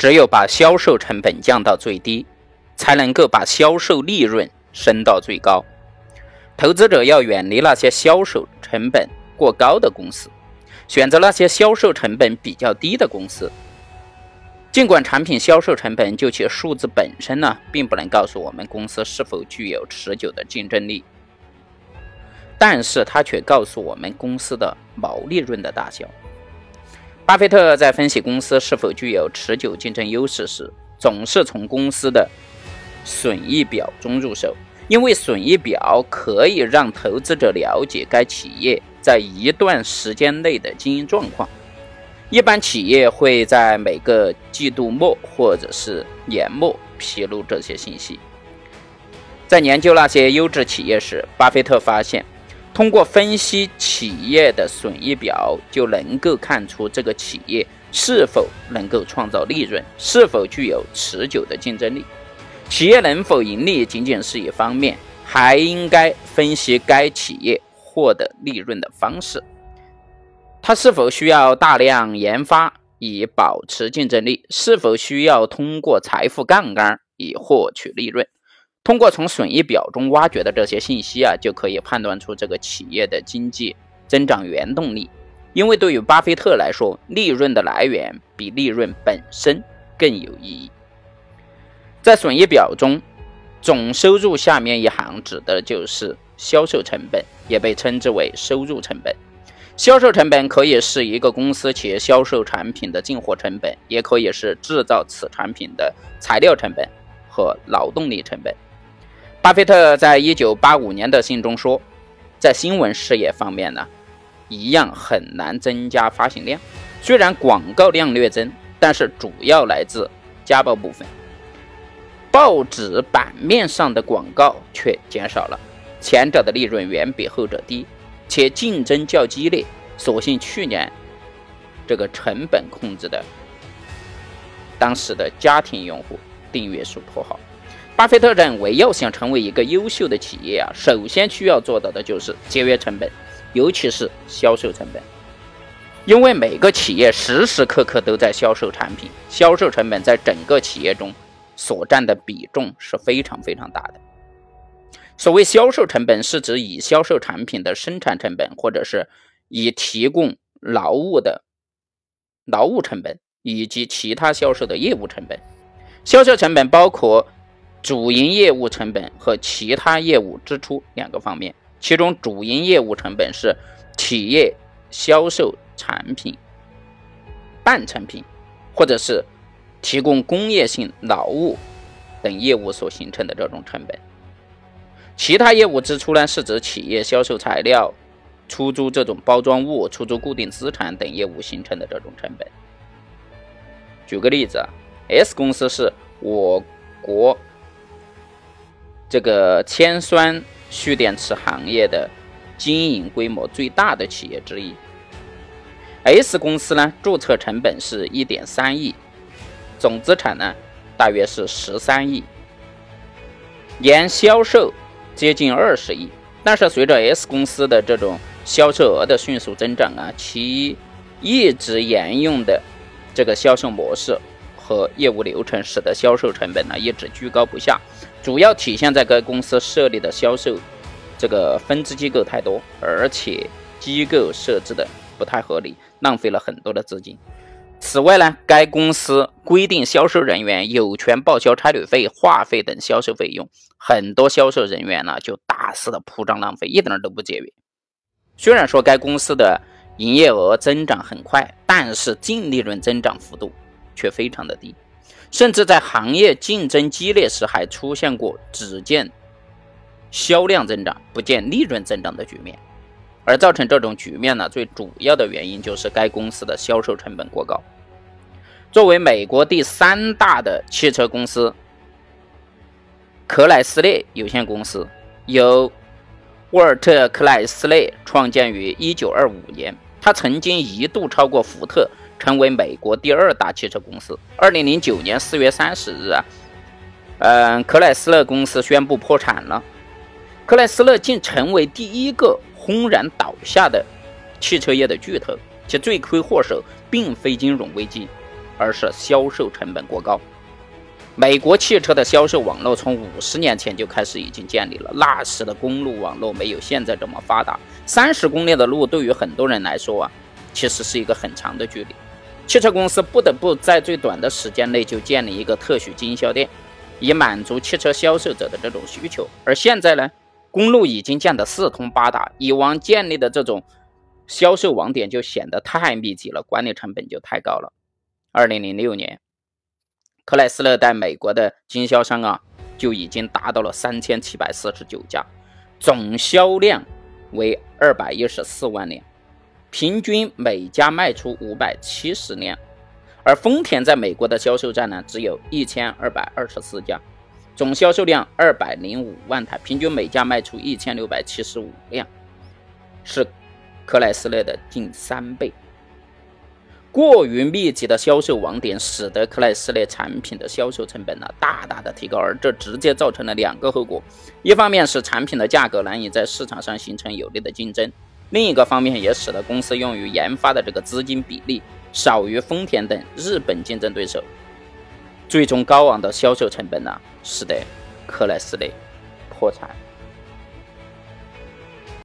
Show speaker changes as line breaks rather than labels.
只有把销售成本降到最低，才能够把销售利润升到最高。投资者要远离那些销售成本过高的公司，选择那些销售成本比较低的公司。尽管产品销售成本就其数字本身呢，并不能告诉我们公司是否具有持久的竞争力，但是它却告诉我们公司的毛利润的大小。巴菲特在分析公司是否具有持久竞争优势时，总是从公司的损益表中入手，因为损益表可以让投资者了解该企业在一段时间内的经营状况。一般企业会在每个季度末或者是年末披露这些信息。在研究那些优质企业时，巴菲特发现，通过分析企业的损益表，就能够看出这个企业是否能够创造利润，是否具有持久的竞争力。企业能否盈利仅仅是一方面，还应该分析该企业获得利润的方式。它是否需要大量研发以保持竞争力？是否需要通过财富杠杆以获取利润？通过从损益表中挖掘的这些信息就可以判断出这个企业的经济增长原动力。因为对于巴菲特来说，利润的来源比利润本身更有意义。在损益表中，总收入下面一行指的就是销售成本，也被称之为收入成本。销售成本可以是一个公司企销售产品的进货成本，也可以是制造此产品的材料成本和劳动力成本。巴菲特在1985年的信中说，在新闻事业方面呢，一样很难增加发行量。虽然广告量略增，但是主要来自家报部分。报纸版面上的广告却减少了，前者的利润远比后者低，且竞争较激烈。所幸去年这个成本控制的当时的家庭用户订阅数颇好。巴菲特认为，要想成为一个优秀的企业首先需要做到的就是节约成本，尤其是销售成本。因为每个企业时时刻刻都在销售产品，销售成本在整个企业中所占的比重是非常非常大的。所谓销售成本，是指以销售产品的生产成本，或者是以提供劳务的劳务成本，以及其他销售的业务成本。销售成本包括主营业务成本和其他业务支出两个方面，其中主营业务成本是企业销售产品、半成品或者是提供工业性劳务等业务所形成的这种成本。其他业务支出呢，是指企业销售材料、出租这种包装物、出租固定资产等业务形成的这种成本。举个例子，S 公司是我国这个铅酸蓄电池行业的经营规模最大的企业之一。S 公司呢，注册成本是 1.3 亿，总资产呢大约是13亿，年销售接近20亿。但是随着 S 公司的这种销售额的迅速增长其一直沿用的这个销售模式和业务流程，使得销售成本呢一直居高不下，主要体现在该公司设立的销售这个分支机构太多，而且机构设置的不太合理，浪费了很多的资金。此外呢，该公司规定销售人员有权报销差旅费、话费等销售费用，很多销售人员呢就大肆的铺张浪费，一点都不节约。虽然说该公司的营业额增长很快，但是净利润增长幅度却非常的低，甚至在行业竞争激烈时还出现过只见销量增长不见利润增长的局面。而造成这种局面呢，最主要的原因就是该公司的销售成本过高。作为美国第3大的汽车公司，克莱斯勒有限公司由沃尔特·克莱斯勒创建于1925年，他曾经一度超过福特，成为美国第2大汽车公司。2009年4月30日克莱斯勒公司宣布破产了。克莱斯勒竟成为第一个轰然倒下的汽车业的巨头，其罪魁祸首并非金融危机， 而是销售成本过高。美国汽车的销售网络从50年前就开始已经建立了，那时的公路网络没有现在这么发达，30公里的路对于很多人来说其实是一个很长的距离。汽车公司不得不在最短的时间内就建立一个特许经销店，以满足汽车销售者的这种需求。而现在呢，公路已经建得四通八达，以往建立的这种销售网点就显得太密集了，管理成本就太高了。2006年，克莱斯勒在美国的经销商就已经达到了3749家，总销量为214万辆，平均每家卖出570辆。而丰田在美国的销售站呢，只有1224家，总销售量205万台，平均每家卖出1675辆，是克莱斯勒的近3倍。过于密集的销售网点使得克莱斯勒产品的销售成本大大的提高，而这直接造成了2个后果：一方面是产品的价格难以在市场上形成有力的竞争，另一个方面也使得公司用于研发的这个资金比例少于丰田等日本竞争对手。最终高昂的销售成本使得克莱斯勒破产。